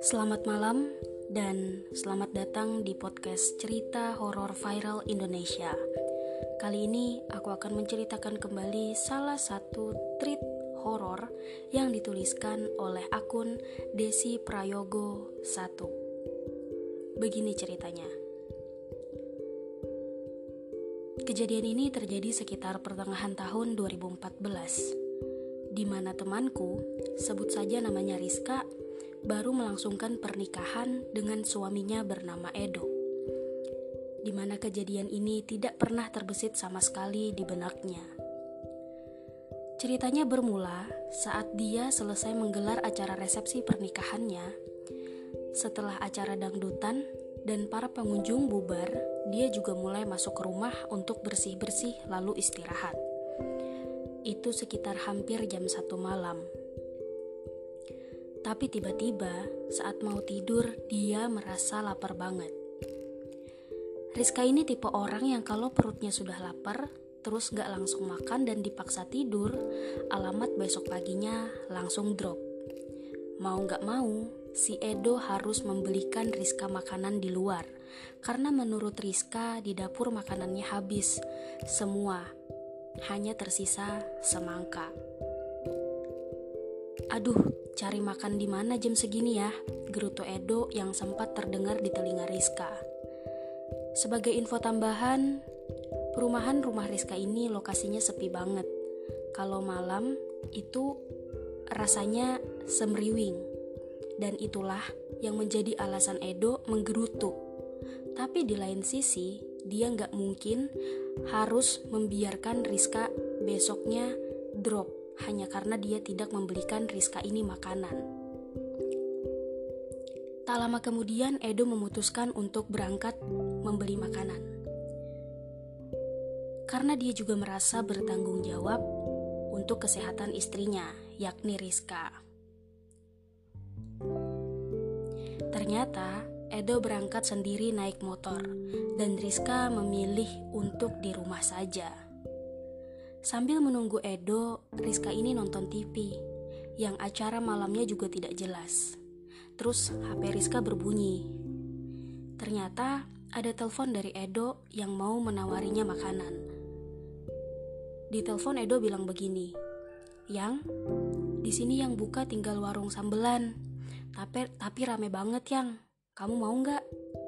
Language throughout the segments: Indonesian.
Selamat malam dan selamat datang di podcast cerita horor viral Indonesia. Kali ini aku akan menceritakan kembali salah satu treat horor yang dituliskan oleh akun Desi Prayogo 1. Begini ceritanya. Kejadian ini terjadi sekitar pertengahan tahun 2014, di mana temanku, sebut saja namanya Rizka, baru melangsungkan pernikahan dengan suaminya bernama Edo, di mana kejadian ini tidak pernah terbesit sama sekali di benaknya. Ceritanya bermula saat dia selesai menggelar acara resepsi pernikahannya. Setelah acara dangdutan dan para pengunjung bubar, dia juga mulai masuk ke rumah untuk bersih-bersih lalu istirahat. Itu sekitar hampir jam 1 malam. Tapi tiba-tiba saat mau tidur, dia merasa lapar banget. Rizka ini tipe orang yang kalau perutnya sudah lapar, terus gak langsung makan dan dipaksa tidur, alamat besok paginya langsung drop. Mau gak mau, si Edo harus membelikan Rizka makanan di luar, karena menurut Rizka di dapur makanannya habis, semua, hanya tersisa semangka. Aduh, cari makan di mana jam segini ya? Gerutu Edo yang sempat terdengar di telinga Rizka. Sebagai info tambahan, perumahan rumah Rizka ini lokasinya sepi banget. Kalau malam itu rasanya semriwing. Dan itulah yang menjadi alasan Edo menggerutu. Tapi di lain sisi, dia gak mungkin harus membiarkan Rizka besoknya drop hanya karena dia tidak membelikan Rizka ini makanan. Tak lama kemudian Edo memutuskan untuk berangkat membeli makanan. Karena dia juga merasa bertanggung jawab untuk kesehatan istrinya, yakni Rizka. Ternyata Edo berangkat sendiri naik motor dan Rizka memilih untuk di rumah saja. Sambil menunggu Edo, Rizka ini nonton TV, yang acara malamnya juga tidak jelas. Terus HP Rizka berbunyi. Ternyata ada telepon dari Edo yang mau menawarinya makanan. Di telepon Edo bilang begini, "Yang, di sini yang buka tinggal warung sambelan, tapi rame banget yang. Kamu mau nggak?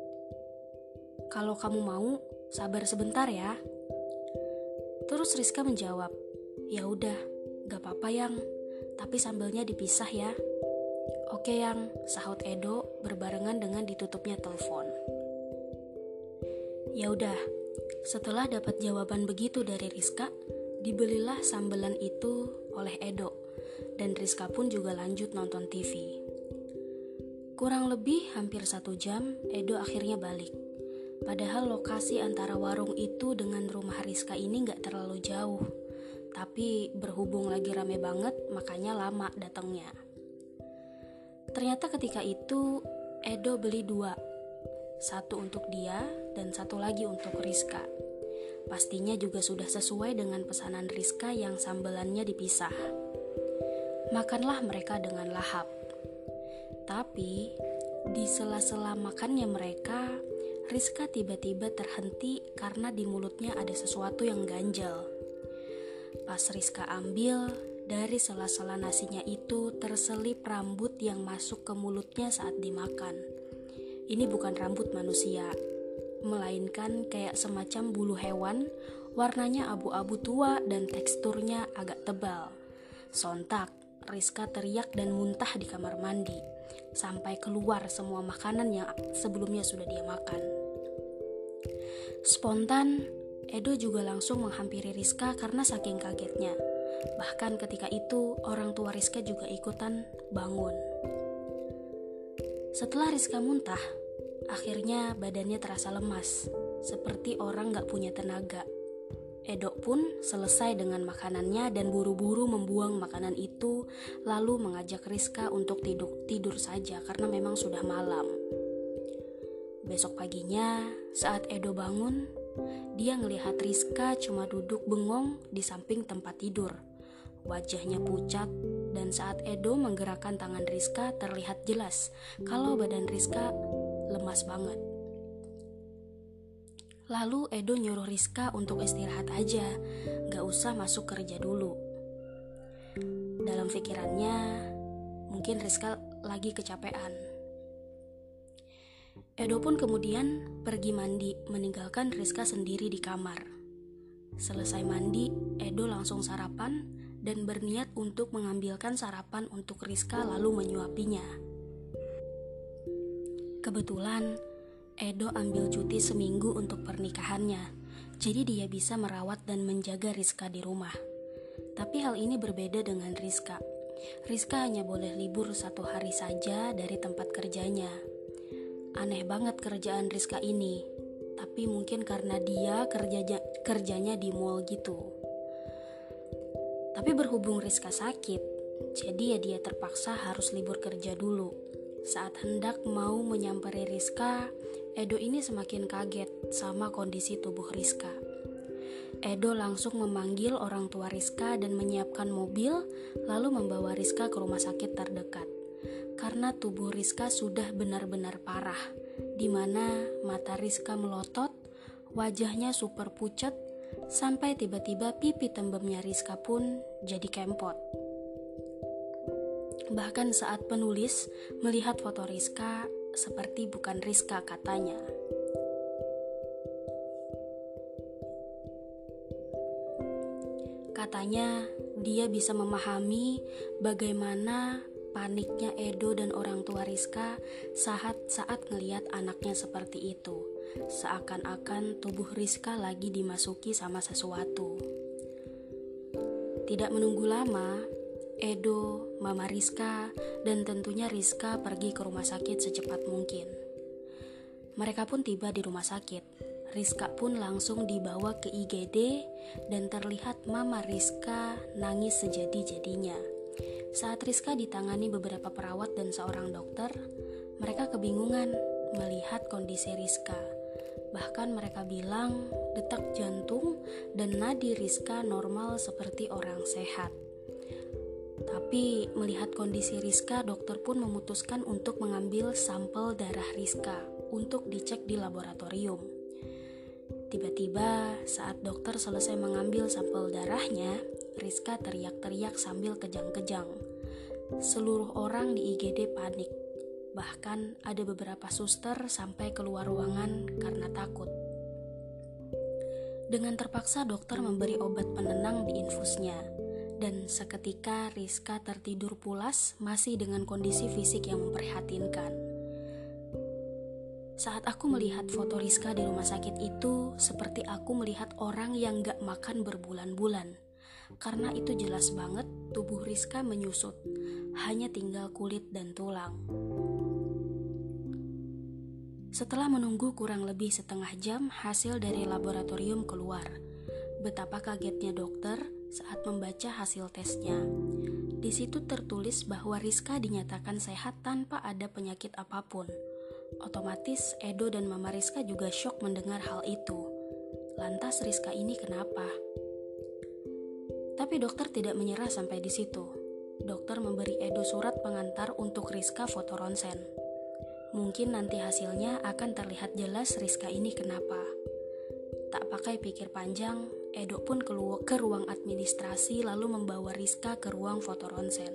Kalau kamu mau, sabar sebentar ya." Terus Rizka menjawab, "Ya udah, gak apa-apa yang, tapi sambelnya dipisah ya." "Oke yang," sahut Edo berbarengan dengan ditutupnya telepon. Ya udah, setelah dapat jawaban begitu dari Rizka, dibelilah sambelan itu oleh Edo, dan Rizka pun juga lanjut nonton TV. Kurang lebih hampir 1 jam, Edo akhirnya balik. Padahal lokasi antara warung itu dengan rumah Rizka ini gak terlalu jauh. Tapi berhubung lagi rame banget, makanya lama datangnya. Ternyata ketika itu Edo beli 2. Satu untuk dia dan satu lagi untuk Rizka. Pastinya juga sudah sesuai dengan pesanan Rizka yang sambelannya dipisah. Makanlah mereka dengan lahap. Tapi di sela-sela makannya mereka, Rizka tiba-tiba terhenti karena di mulutnya ada sesuatu yang ganjal. Pas Rizka ambil, dari sela-sela nasinya itu terselip rambut yang masuk ke mulutnya saat dimakan. Ini bukan rambut manusia, melainkan kayak semacam bulu hewan, warnanya abu-abu tua dan teksturnya agak tebal. Sontak, Rizka teriak dan muntah di kamar mandi, sampai keluar semua makanan yang sebelumnya sudah dia makan. Spontan, Edo juga langsung menghampiri Rizka karena saking kagetnya. Bahkan ketika itu, orang tua Rizka juga ikutan bangun. Setelah Rizka muntah, akhirnya badannya terasa lemas, seperti orang gak punya tenaga. Edo pun selesai dengan makanannya dan buru-buru membuang makanan itu, lalu mengajak Rizka untuk tidur saja karena memang sudah malam. Besok paginya, saat Edo bangun, dia ngelihat Rizka cuma duduk bengong di samping tempat tidur. wajahnya pucat, dan saat Edo menggerakkan tangan Rizka terlihat jelas kalau badan Rizka lemas banget. Lalu Edo nyuruh Rizka untuk istirahat aja, gak usah masuk kerja dulu. Dalam pikirannya, mungkin Rizka lagi kecapean. Edo pun kemudian pergi mandi, meninggalkan Rizka sendiri di kamar. Selesai mandi, Edo langsung sarapan dan berniat untuk mengambilkan sarapan untuk Rizka lalu menyuapinya. Kebetulan, Edo ambil cuti seminggu untuk pernikahannya, jadi dia bisa merawat dan menjaga Rizka di rumah. Tapi hal ini berbeda dengan Rizka. Rizka hanya boleh libur 1 hari saja dari tempat kerjanya. Aneh banget kerjaan Rizka ini, tapi mungkin karena dia kerjanya di mall gitu. Tapi berhubung Rizka sakit, jadi dia terpaksa harus libur kerja dulu. Saat hendak mau menyamperi Rizka, Edo ini semakin kaget sama kondisi tubuh Rizka. Edo langsung memanggil orang tua Rizka dan menyiapkan mobil, lalu membawa Rizka ke rumah sakit terdekat. Karena tubuh Rizka sudah benar-benar parah, di mana mata Rizka melotot, wajahnya super pucat, sampai tiba-tiba pipi tembemnya Rizka pun jadi kempot. Bahkan saat penulis melihat foto Rizka, seperti bukan Rizka katanya. Katanya dia bisa memahami bagaimana paniknya Edo dan orang tua Rizka saat ngelihat anaknya seperti itu. Seakan-akan tubuh Rizka lagi dimasuki sama sesuatu. Tidak menunggu lama, Edo, Mama Rizka, dan tentunya Rizka pergi ke rumah sakit secepat mungkin. Mereka pun tiba di rumah sakit. Rizka pun langsung dibawa ke IGD dan terlihat Mama Rizka nangis sejadi-jadinya. Saat Rizka ditangani beberapa perawat dan seorang dokter, mereka kebingungan melihat kondisi Rizka. Bahkan mereka bilang detak jantung dan nadi Rizka normal seperti orang sehat. Tapi melihat kondisi Rizka, dokter pun memutuskan untuk mengambil sampel darah Rizka untuk dicek di laboratorium. Tiba-tiba saat dokter selesai mengambil sampel darahnya, Rizka teriak-teriak sambil kejang-kejang. Seluruh orang di IGD panik. Bahkan ada beberapa suster sampai keluar ruangan karena takut. Dengan terpaksa dokter memberi obat penenang di infusnya. Dan seketika Rizka tertidur pulas masih dengan kondisi fisik yang memprihatinkan. Saat aku melihat foto Rizka di rumah sakit itu, seperti aku melihat orang yang gak makan berbulan-bulan. Karena itu jelas banget tubuh Rizka menyusut, hanya tinggal kulit dan tulang. Setelah menunggu kurang lebih setengah jam, hasil dari laboratorium keluar. Betapa kagetnya dokter saat membaca hasil tesnya. Di situ tertulis bahwa Rizka dinyatakan sehat tanpa ada penyakit apapun. Otomatis Edo dan Mama Rizka juga syok mendengar hal itu. Lantas Rizka ini kenapa? Tapi dokter tidak menyerah sampai di situ. Dokter memberi Edo surat pengantar untuk Rizka foto ronsen. Mungkin nanti hasilnya akan terlihat jelas Rizka ini kenapa. Tak pakai pikir panjang, Edo pun keluar ke ruang administrasi lalu membawa Rizka ke ruang foto ronsen.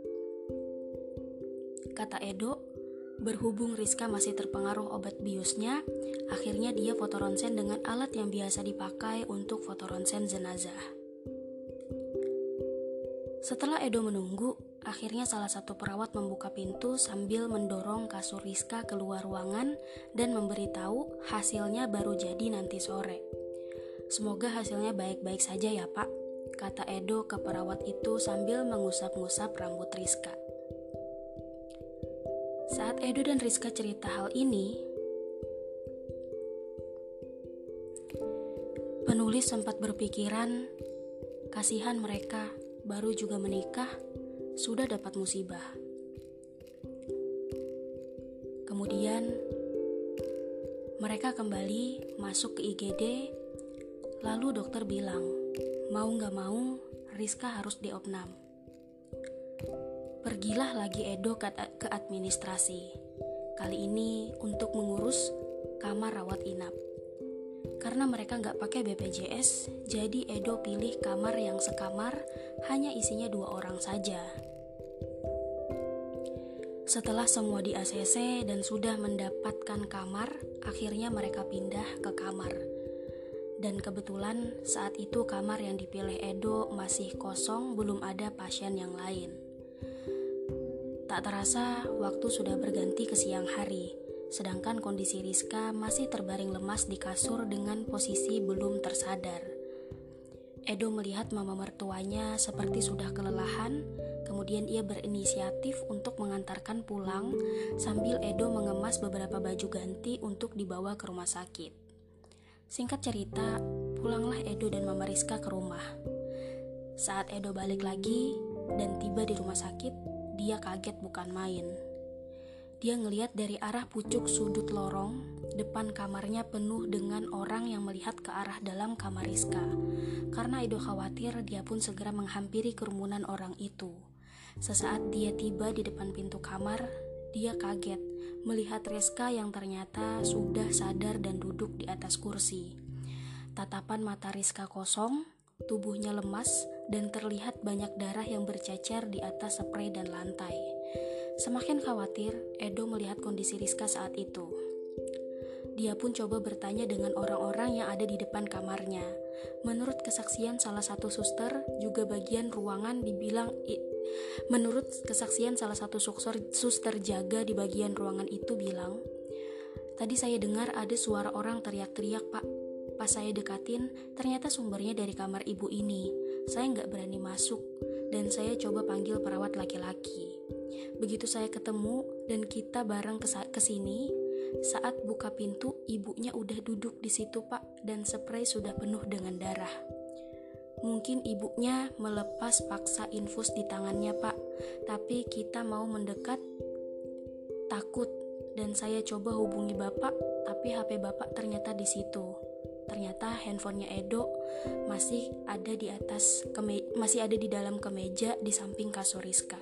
Kata Edo, berhubung Rizka masih terpengaruh obat biusnya, akhirnya dia foto ronsen dengan alat yang biasa dipakai untuk foto ronsen jenazah. Setelah Edo menunggu, akhirnya salah satu perawat membuka pintu sambil mendorong kasur Rizka keluar ruangan dan memberitahu hasilnya baru jadi nanti sore. Semoga hasilnya baik-baik saja ya Pak, kata Edo ke perawat itu sambil mengusap-ngusap rambut Rizka. Saat Edo dan Rizka cerita hal ini, penulis sempat berpikiran, kasihan mereka baru juga menikah, sudah dapat musibah. Kemudian, mereka kembali masuk ke IGD, lalu dokter bilang, mau gak mau, Rizka harus diopnam. Pergilah lagi Edo ke administrasi. Kali ini untuk mengurus kamar rawat inap. Karena mereka nggak pakai BPJS, jadi Edo pilih kamar yang sekamar, hanya isinya 2 orang saja. Setelah semua di ACC dan sudah mendapatkan kamar, akhirnya mereka pindah ke kamar. Dan kebetulan saat itu kamar yang dipilih Edo masih kosong, belum ada pasien yang lain. Tak terasa, waktu sudah berganti ke siang hari. Sedangkan kondisi Rizka masih terbaring lemas di kasur dengan posisi belum tersadar. Edo melihat mama mertuanya seperti sudah kelelahan, kemudian ia berinisiatif untuk mengantarkan pulang sambil Edo mengemas beberapa baju ganti untuk dibawa ke rumah sakit. Singkat cerita, pulanglah Edo dan mama Rizka ke rumah. Saat Edo balik lagi dan tiba di rumah sakit, dia kaget bukan main. Dia ngelihat dari arah pucuk sudut lorong, depan kamarnya penuh dengan orang yang melihat ke arah dalam kamar Rizka. Karena Edo khawatir, dia pun segera menghampiri kerumunan orang itu. Sesaat dia tiba di depan pintu kamar, dia kaget melihat Rizka yang ternyata sudah sadar dan duduk di atas kursi. Tatapan mata Rizka kosong, tubuhnya lemas, dan terlihat banyak darah yang bercecer di atas spray dan lantai. Semakin khawatir, Edo melihat kondisi Rizka saat itu. Dia pun coba bertanya dengan orang-orang yang ada di depan kamarnya. Menurut kesaksian salah satu suster, juga bagian ruangan Menurut kesaksian salah satu suster jaga di bagian ruangan itu bilang, "Tadi saya dengar ada suara orang teriak-teriak, Pak. Pas saya dekatin, ternyata sumbernya dari kamar ibu ini. Saya nggak berani masuk, dan saya coba panggil perawat laki-laki. Begitu saya ketemu dan kita bareng ke sini, saat buka pintu ibunya udah duduk di situ, Pak, dan spray sudah penuh dengan darah. Mungkin ibunya melepas paksa infus di tangannya, Pak, tapi kita mau mendekat takut, dan saya coba hubungi Bapak, tapi HP Bapak ternyata di situ." Ternyata handphonenya Edo masih ada di dalam kemeja di samping kasur Rizka.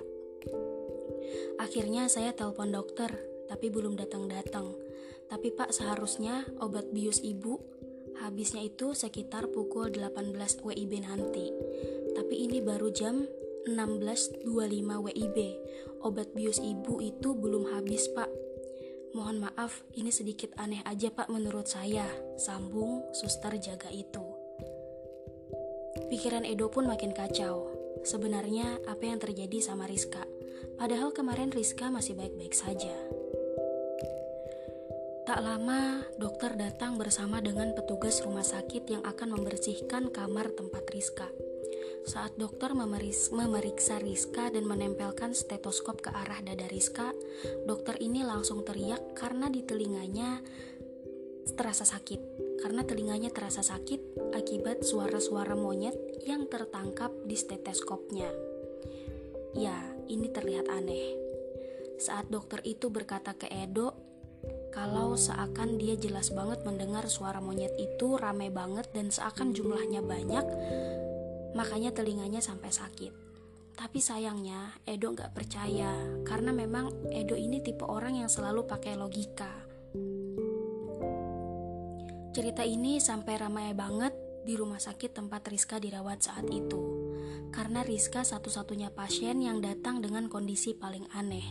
Akhirnya saya telepon dokter, tapi belum datang-datang. Tapi Pak, seharusnya obat bius ibu habisnya itu sekitar pukul 18 WIB nanti. Tapi ini baru jam 16.25 WIB. Obat bius ibu itu belum habis, Pak. Mohon maaf, ini sedikit aneh aja, Pak, menurut saya, sambung suster jaga itu. Pikiran Edo pun makin kacau. Sebenarnya apa yang terjadi sama Rizka? Padahal kemarin Rizka masih baik-baik saja. Tak lama, dokter datang bersama dengan petugas rumah sakit yang akan membersihkan kamar tempat Rizka. Saat dokter memeriksa Rizka dan menempelkan stetoskop ke arah dada Rizka, dokter ini langsung teriak karena telinganya terasa sakit akibat suara-suara monyet yang tertangkap di stetoskopnya. Ya, ini terlihat aneh. Saat dokter itu berkata ke Edo, kalau seakan dia jelas banget mendengar suara monyet itu ramai banget dan seakan jumlahnya banyak, makanya telinganya sampai sakit. Tapi sayangnya Edo gak percaya, karena memang Edo ini tipe orang yang selalu pakai logika. Cerita ini sampai ramai banget di rumah sakit tempat Rizka dirawat saat itu, karena Rizka satu-satunya pasien yang datang dengan kondisi paling aneh.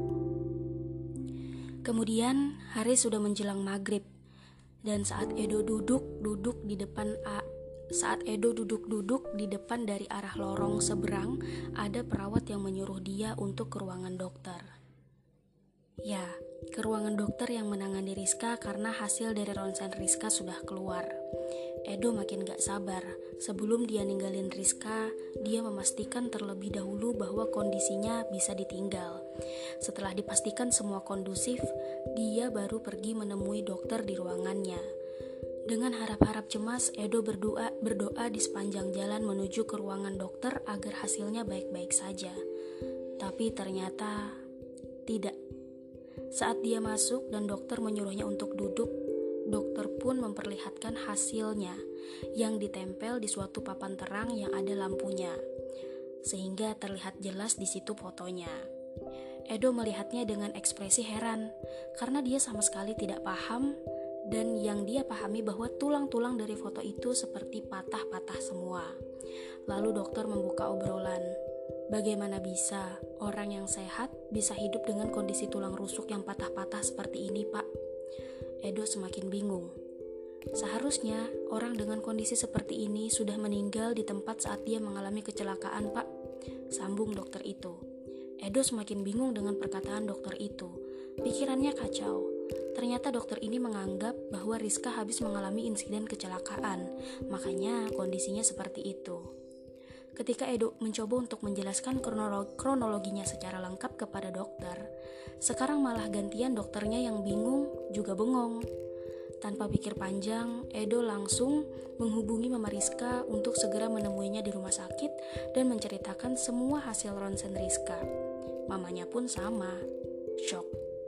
Kemudian hari sudah menjelang maghrib, dan saat Edo duduk di depan dari arah lorong seberang, ada perawat yang menyuruh dia untuk ke ruangan dokter. Ya, ke ruangan dokter yang menangani Rizka karena hasil dari ronsen Rizka sudah keluar. Edo makin gak sabar. Sebelum dia ninggalin Rizka, dia memastikan terlebih dahulu bahwa kondisinya bisa ditinggal. Setelah dipastikan semua kondusif, dia baru pergi menemui dokter di ruangannya. Dengan harap-harap cemas, Edo berdoa di sepanjang jalan menuju ke ruangan dokter agar hasilnya baik-baik saja. Tapi ternyata tidak. Saat dia masuk dan dokter menyuruhnya untuk duduk, dokter pun memperlihatkan hasilnya yang ditempel di suatu papan terang yang ada lampunya. sehingga terlihat jelas di situ fotonya. Edo melihatnya dengan ekspresi heran, karena dia sama sekali tidak paham, dan yang dia pahami bahwa tulang-tulang dari foto itu seperti patah-patah semua. Lalu dokter membuka obrolan. Bagaimana bisa orang yang sehat bisa hidup dengan kondisi tulang rusuk yang patah-patah seperti ini, Pak? Edo semakin bingung. Seharusnya orang dengan kondisi seperti ini sudah meninggal di tempat saat dia mengalami kecelakaan, Pak, sambung dokter itu. Edo semakin bingung dengan perkataan dokter itu. Pikirannya kacau. Ternyata dokter ini menganggap bahwa Rizka habis mengalami insiden kecelakaan, makanya kondisinya seperti itu. Ketika Edo mencoba untuk menjelaskan kronologinya secara lengkap kepada dokter, sekarang malah gantian dokternya yang bingung juga bengong. Tanpa pikir panjang, Edo langsung menghubungi Mama Rizka untuk segera menemuinya di rumah sakit dan menceritakan semua hasil ronsen Rizka. Mamanya pun sama, shock.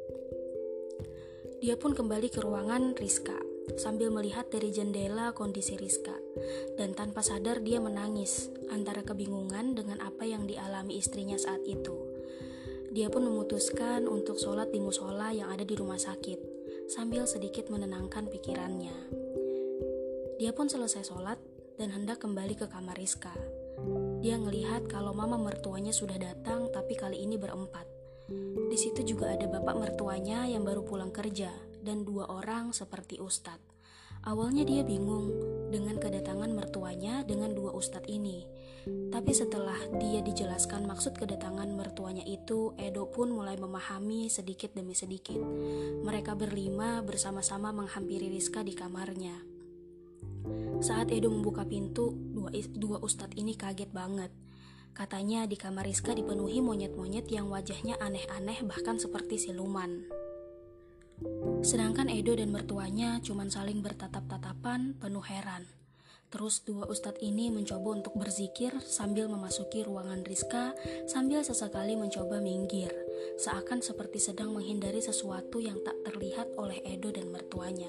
Dia pun kembali ke ruangan Rizka sambil melihat dari jendela kondisi Rizka, dan tanpa sadar dia menangis antara kebingungan dengan apa yang dialami istrinya saat itu. Dia pun memutuskan untuk sholat di musola yang ada di rumah sakit sambil sedikit menenangkan pikirannya. Dia pun selesai sholat dan hendak kembali ke kamar Rizka. Dia ngelihat kalau mama mertuanya sudah datang, tapi kali ini berempat. Di situ juga ada bapak mertuanya yang baru pulang kerja dan 2 orang seperti ustadz. Awalnya dia bingung dengan kedatangan mertuanya dengan 2 ustadz ini. Tapi setelah dia dijelaskan maksud kedatangan mertuanya itu, Edo pun mulai memahami sedikit demi sedikit. Mereka berlima bersama-sama menghampiri Rizka di kamarnya. Saat Edo membuka pintu, dua ustadz ini kaget banget. Katanya di kamar Rizka dipenuhi monyet-monyet yang wajahnya aneh-aneh bahkan seperti siluman. Sedangkan Edo dan mertuanya cuma saling bertatap-tatapan penuh heran. Terus 2 ustadz ini mencoba untuk berzikir sambil memasuki ruangan Rizka sambil sesekali mencoba minggir, seakan seperti sedang menghindari sesuatu yang tak terlihat oleh Edo dan mertuanya.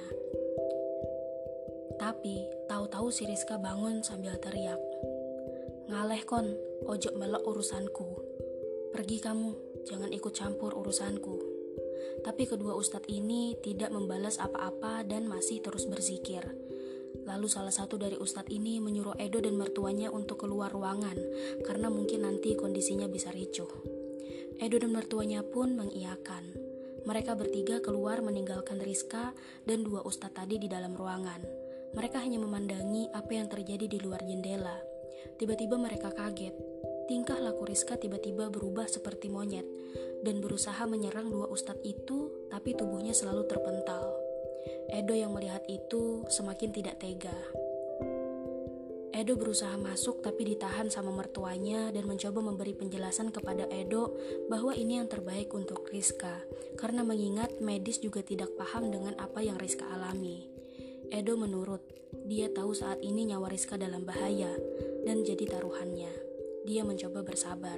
Tapi tahu-tahu si Rizka bangun sambil teriak, "Ngaleh kon, ojo melok urusanku. Pergi kamu, jangan ikut campur urusanku." Tapi kedua ustadz ini tidak membalas apa-apa dan masih terus berzikir. Lalu salah satu dari ustadz ini menyuruh Edo dan mertuanya untuk keluar ruangan karena mungkin nanti kondisinya bisa ricuh. Edo dan mertuanya pun mengiyakan. Mereka bertiga keluar meninggalkan Rizka dan 2 ustadz tadi di dalam ruangan. Mereka hanya memandangi apa yang terjadi di luar jendela. Tiba-tiba mereka kaget. Tingkah laku Rizka tiba-tiba berubah seperti monyet dan berusaha menyerang 2 ustadz itu, tapi tubuhnya selalu terpental. Edo yang melihat itu semakin tidak tega. Edo berusaha masuk tapi ditahan sama mertuanya dan mencoba memberi penjelasan kepada Edo bahwa ini yang terbaik untuk Rizka, karena mengingat medis juga tidak paham dengan apa yang Rizka alami. Edo menurut, dia tahu saat ini nyawa Rizka dalam bahaya dan jadi taruhannya. Dia mencoba bersabar.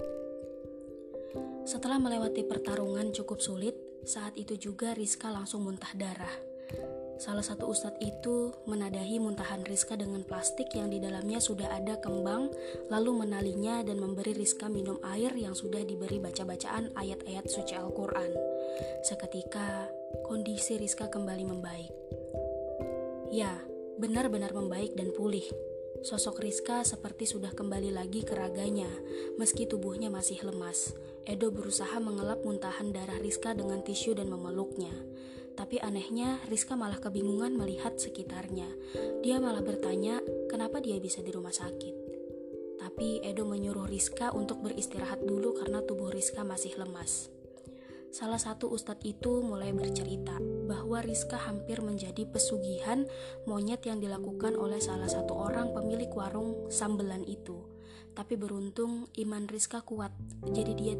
Setelah melewati pertarungan cukup sulit, saat itu juga Rizka langsung muntah darah. Salah satu ustadz itu menadahi muntahan Rizka dengan plastik yang di dalamnya sudah ada kembang, lalu menalinya dan memberi Rizka minum air yang sudah diberi baca-bacaan ayat-ayat suci Al-Quran. Seketika, kondisi Rizka kembali membaik. Ya, benar-benar membaik dan pulih. Sosok Rizka seperti sudah kembali lagi ke raganya, meski tubuhnya masih lemas. Edo berusaha mengelap muntahan darah Rizka dengan tisu dan memeluknya. Tapi anehnya, Rizka malah kebingungan melihat sekitarnya. Dia malah bertanya, kenapa dia bisa di rumah sakit. Tapi Edo menyuruh Rizka untuk beristirahat dulu karena tubuh Rizka masih lemas. Salah satu ustadz itu mulai bercerita bahwa Rizka hampir menjadi pesugihan monyet yang dilakukan oleh salah satu orang pemilik warung sambelan itu. Tapi beruntung iman Rizka kuat, jadi dia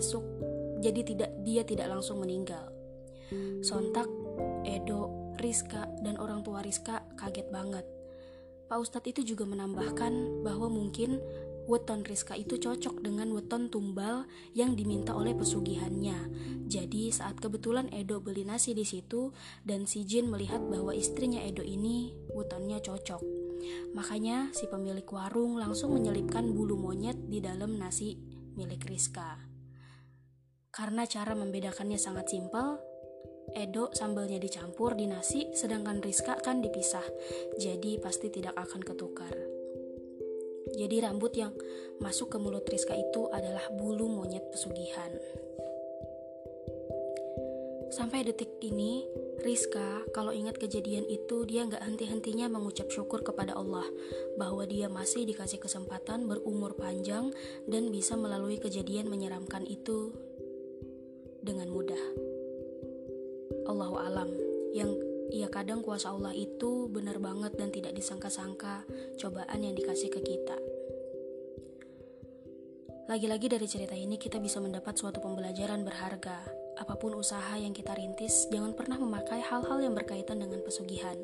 tidak langsung meninggal. Sontak Edo, Rizka, dan orang tua Rizka kaget banget. Pak Ustadz itu juga menambahkan bahwa mungkin weton Rizka itu cocok dengan weton tumbal yang diminta oleh pesugihannya. Jadi saat kebetulan Edo beli nasi di situ dan si Jin melihat bahwa istrinya Edo ini wetonnya cocok. Makanya si pemilik warung langsung menyelipkan bulu monyet di dalam nasi milik Rizka. Karena cara membedakannya sangat simpel, Edo sambalnya dicampur di nasi, sedangkan Rizka kan dipisah, jadi pasti tidak akan ketukar. Jadi rambut yang masuk ke mulut Rizka itu adalah bulu monyet pesugihan. Sampai detik ini, Rizka kalau ingat kejadian itu dia gak henti-hentinya mengucap syukur kepada Allah bahwa dia masih dikasih kesempatan berumur panjang dan bisa melalui kejadian menyeramkan itu dengan mudah. Allahu alam, yang kadang kuasa Allah itu benar banget dan tidak disangka-sangka cobaan yang dikasih ke kita. Lagi-lagi dari cerita ini kita bisa mendapat suatu pembelajaran berharga. Apapun usaha yang kita rintis, jangan pernah memakai hal-hal yang berkaitan dengan pesugihan.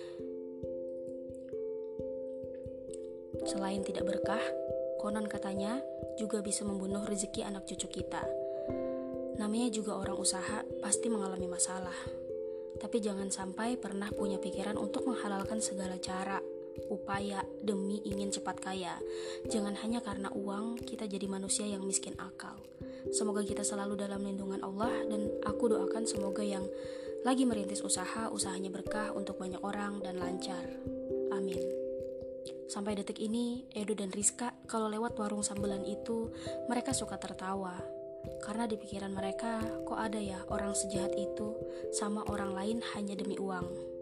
Selain tidak berkah, konon katanya juga bisa membunuh rezeki anak cucu kita. Namanya juga orang usaha, pasti mengalami masalah. Tapi jangan sampai pernah punya pikiran untuk menghalalkan segala cara, upaya demi ingin cepat kaya. Jangan hanya karena uang kita jadi manusia yang miskin akal. Semoga kita selalu dalam lindungan Allah, dan aku doakan semoga yang lagi merintis usahanya berkah untuk banyak orang dan lancar. Amin. Sampai detik ini, Edo dan Rizka kalau lewat warung sambelan itu, mereka suka tertawa. Karena di pikiran mereka, kok ada ya orang sejahat itu sama orang lain hanya demi uang.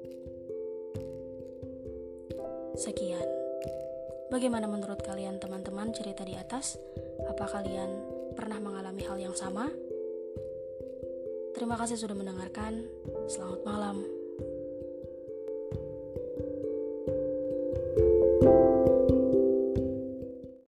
Sekian. Bagaimana menurut kalian teman-teman cerita di atas? Apa kalian pernah mengalami hal yang sama? Terima kasih sudah mendengarkan. Selamat malam.